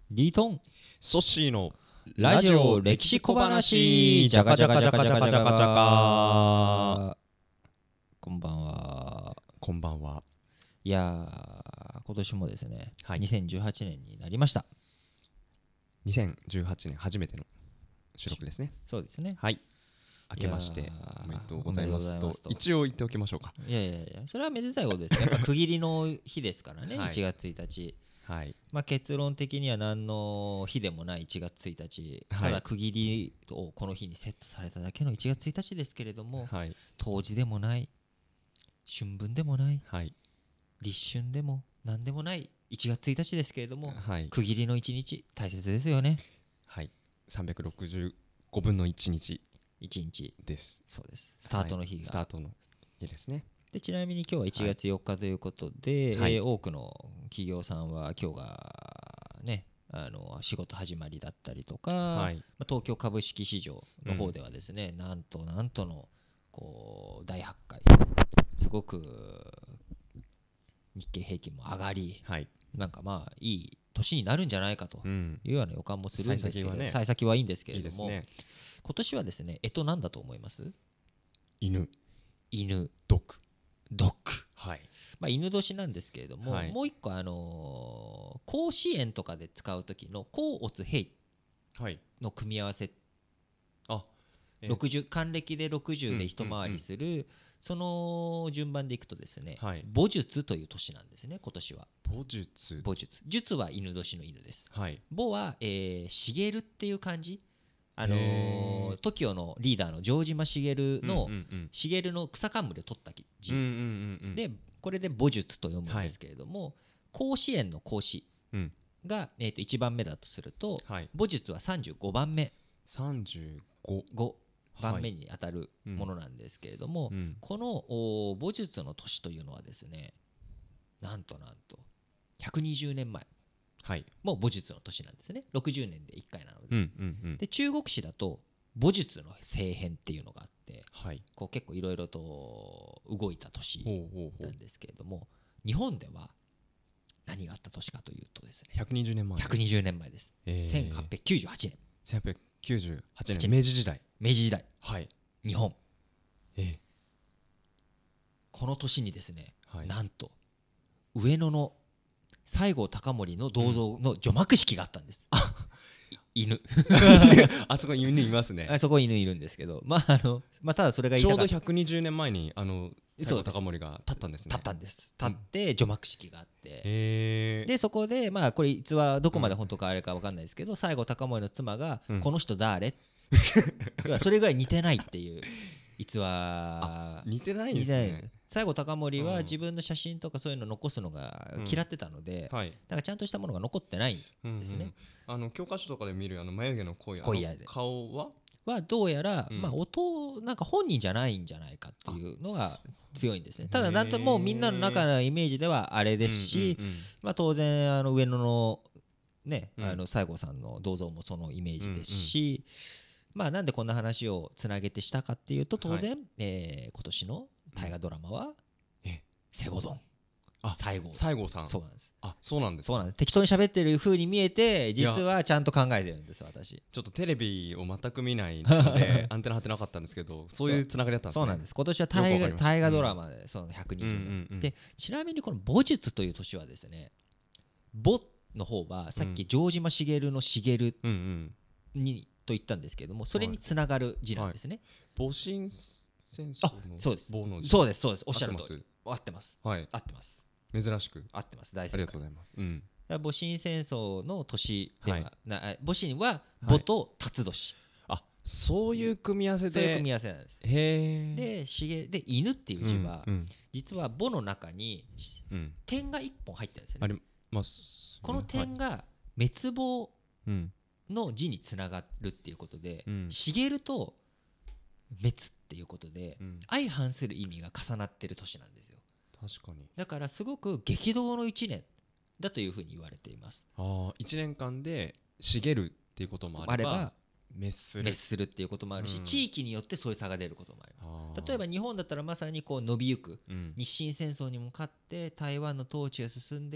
リートンソッシーのラジオ歴史小話ジャカジャカジャカジャカジャカジャカ。こんばんは。 こんばんは。 いやー、今年もですね、 はい、 2018年になりました。 2018年初めての収録ですね。 そうですね。 はい、明けましておめでとうございますと一応言っておきましょうか。 いやいやいや、それはめでたいことですよ。やっぱ区切りの日ですからね、 はい 1月1日。 はい、 まあ、結論的には何の日でもない1月1日、 はいただ区切りをこの日にセットされただけの1月1日ですけれども、 はい、 冬至でもない春分でもないはい、 立春でも何でもない1月1日ですけれども、 はい、 区切りの1日大切ですよね。 はい、365分の1日 1日です。 そうです。スタートの日が、 スタートの日ですね。 でちなみに今日は1月4日ということで、 はい多くの企業さんは今日がね仕事始まりだったりとか、 はい、 まあ、東京株式市場の方ではですね、なんとのこう大発会、すごく日経平均も上がり、 はい、 なんかまあいい年になるんじゃないかというような予感もするんですけど、幸先はいいんですけれども、 いいですね。 今年はですね、なんだと思います？ 犬、 ドッグ、 はい、 まあ、犬年なんですけれども、 はい、 もう一個甲子園とかで使う時の甲乙丙はい、 の組み合わせ、 あ、 60還暦で60で一回りする、その順番でいくとですね、 はい、 戊述という年なんですね、今年は。 戊述、 術は犬年の犬です。 はい、 戊は、茂っていう漢字、 へー TOKIO のリーダーの城島茂の、 うんうんうん、 茂の草冠を取った字、 うんうんうんうん、 でこれで戊述と読むんですけれども、甲子園の甲子うんが、1番目だとすると、 はい、 戊述は35番目 35 5番目に当たるものなんですけれども、 うんこの戊述の年というのはですね、なんと120年前はい、 も戊述の年なんですね。60年で1回なので、 うんうんうん、 で中国史だと戊述の政変っていうのがあって、 はい、 こう結構いろいろと動いた年ほうほうほう、 なんですけれども、日本では何があった年かというとですね、 120年前、 120年前です。1898年、 1898年、明治時代、 明治時代、 はい、 日本、 えこの年にですね、 はい、 なんと上野の西郷隆盛の銅像の除幕式があったんです。犬あそこ犬いますね。 そこ犬いるんですけど、まあ、ただそれが言いちょうどたかった、 120年前に西郷隆盛が立ったんですね。 立って除幕式があって、 へーでそこでまあこれ実はどこまで本当かあれか分かんないですけど、西郷隆盛の妻がうんこの人誰いやそれぐらい似てないっていう逸話。 似てないんですね。 西郷隆盛は自分の写真とかそういうの残すのが嫌ってたので、 はい、 なんかちゃんとしたものが残ってないんですね。 教科書とかで見る眉毛の濃い顔はどうやら、 うんまあなんか本人じゃないんじゃないかっていうのが強いんですね。ただなんともうみんなの中のイメージではあれですし、まあ、当然上野のね、西郷さんの銅像もそのイメージですし、まあなんでこんな話をつなげてしたかっていうと、当然、今年の大河ドラマは西郷どん、西郷さん、 そうなんです。 そうなんです。 そうなんです。適当に喋ってる風に見えて、実はちゃんと考えてるんです、私。 ちょっとテレビを全く見ないのでアンテナ張ってなかったんですけど、そういうつながりだったんですね。 そうなんです。今年は大河ドラマでその120年、でちなみにこの戊述という年はですね、戊の方はさっき城島茂の茂にと言ったんですけれども、それにつながる字なんですね。 戊辰戦争のそうです、 戊の字、 そうです、おっしゃる通り、合ってます、 はい、 合ってます、 珍しく合ってます、大正解。 ありがとうございます。 戊辰戦争の年では、戊辰ははい戊と辰年、 そういう組み合わせで、 そういう組み合わせなんです。 へで犬っていう字は、実は戊の中に点が1本入ってるんですよね。 ありますね。 この点が滅亡の字につながるっていうことで、茂と滅っていうことで、相反する意味が重なってる年なんですよ。 確かに。 だからすごく激動の1年だというふうに言われています。 1年間で茂るっていうこともあれば滅するっていうこともあるし、地域によってそういう差が出ることもあります。例えば日本だったらまさにこう伸びゆく、日清戦争にも勝って台湾の統治が進んでいっ 、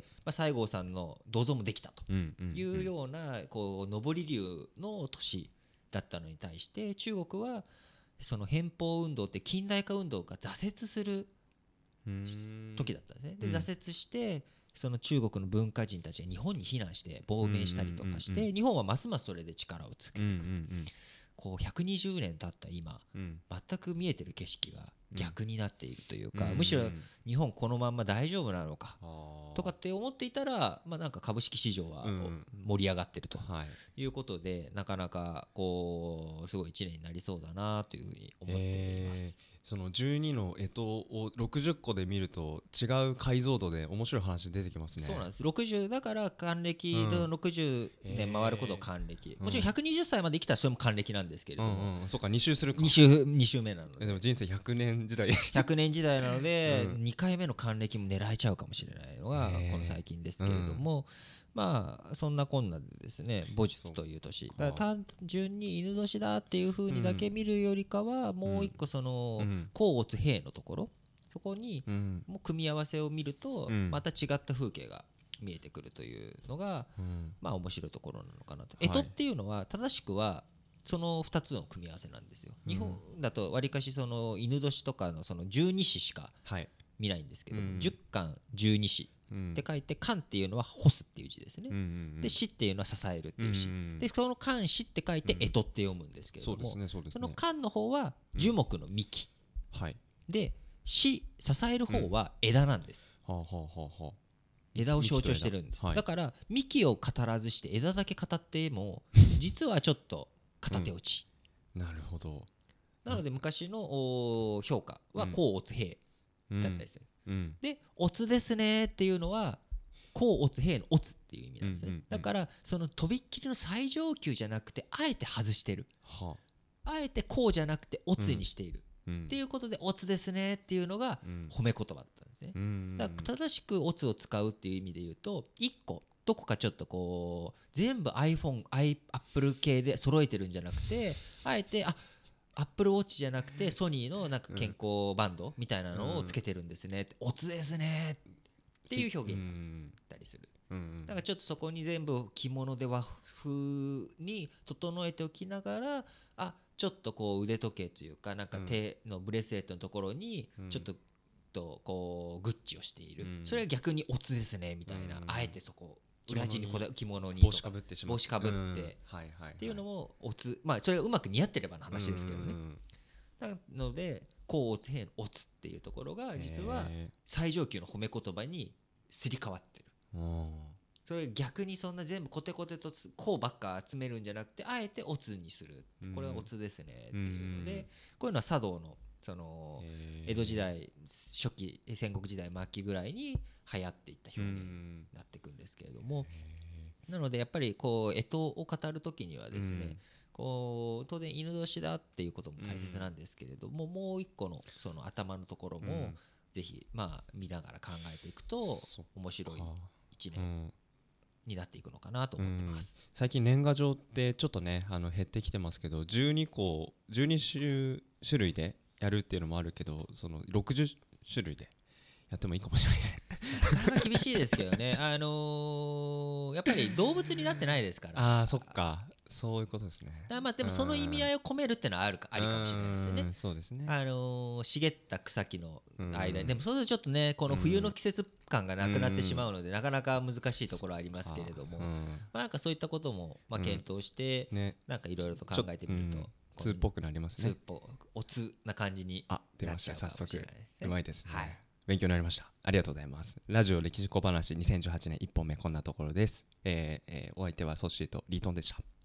西郷さんの銅像もできたというようなこう上り流の年だったのに対して、中国はその返報運動って近代化運動が挫折する時だったんですね。で挫折してその中国の文化人たちが日本に避難して亡命したりとかして、日本はますますそれで力をつけていく。こう120年経った今、全く見えてる景色が逆になっているというか、むしろ日本このまんま大丈夫なのかとかって思っていたら、なんか株式市場は盛り上がってるということで、なかなかこうすごい1年になりそうだなというふうに思っています。 その12の干支を60個で見ると違う解像度で面白い話出てきますね。 そうなんです。60だから還暦の60年回ることを還暦、もちろん120歳まで生きたらそれも還暦なんですけれども、 そうか2周するか、 2周目なので、 でも人生100年時代 100年時代なので、2回目の還暦も狙えちゃうかもしれないのがこの最近ですけれども、そんなこんなでですね、戊戌という年だから単純に犬年だっていう風にだけ見るよりかは、もう一個その甲乙丙のところ、そこにもう組み合わせを見るとまた違った風景が見えてくるというのが面白いところなのかなと。干支っていうのは正しくはその2つの組み合わせなんですよ。日本だとわりかしその犬年とかのその十二支しか見ないんですけど、十干十二支って書いて、干っていうのは干すっていう字ですね。で支っていうのは支えるっていう支で、その干支って書いて干支って読むんですけれども、その干の方は樹木の幹で、支支える方は枝なんです。枝を象徴してるんです。だから幹を語らずして枝だけ語っても実はちょっと片手落ち。 なるほど。 なので昔の評価は甲乙丙だったですね。で乙ですねっていうのは甲乙丙の乙っていう意味なんですね。だからそのとびっきりの最上級じゃなくてあえて外してる、あえて甲じゃなくて乙にしているっていうことで乙ですねっていうのが褒め言葉だったんですね。だから正しく乙を使うっていう意味で言うと、1個どこかちょっとこう全部 iPhone、Apple 系で揃えてるんじゃなくて、あえてApple Watch じゃなくてソニーのなんか健康バンドみたいなのをつけてるんですね、オツですねっていう表現だったりする。だからちょっとそこに全部着物で和風に整えておきながら、ちょっとこう腕時計というかなんか手のブレスレットのところにちょっとこうグッチをしている、それは逆にオツですねみたいな、あえてそこ裏地に着物に帽子かぶってしまう、 帽子かぶってっていうのもオツ、それがうまく似合ってればの話ですけどね。なので甲乙丙のオツっていうところが実は最上級の褒め言葉にすり替わってる。それ逆にそんな全部コテコテと甲ばっか集めるんじゃなくて、あえてオツにする、これはオツですねっていうので、こういうのは茶道のその江戸時代初期戦国時代末期ぐらいに流行っていった表現になっていくんですけれども、なのでやっぱりこう干支を語る時にはですね、こう当然犬年だっていうことも大切なんですけれども、もう一個のその頭のところもぜひ見ながら考えていくと面白い一年になっていくのかなと思ってます。 最近年賀状ってちょっとね減ってきてますけど、12種類でやるっていうのもあるけど、その60種類でやってもいいかもしれないですね。 なかなか厳しいですけどね。やっぱり動物になってないですから。 そっか、そういうことですね。 でもその意味合いを込めるっていうのはありかもしれないですね。 そうですね。 茂った草木の間に、でもそれでちょっとねこの冬の季節感がなくなってしまうので、なかなか難しいところはありますけれども、なんかそういったことも検討して、なんかいろいろと考えてみると通っぽくなりますね。 通っぽおつな感じになっちゃうかもしれないですね。 うまいですね。勉強になりました。ありがとうございます。ラジオ歴史小話2018年1本目こんなところです。お相手はソッシーとリートンでした。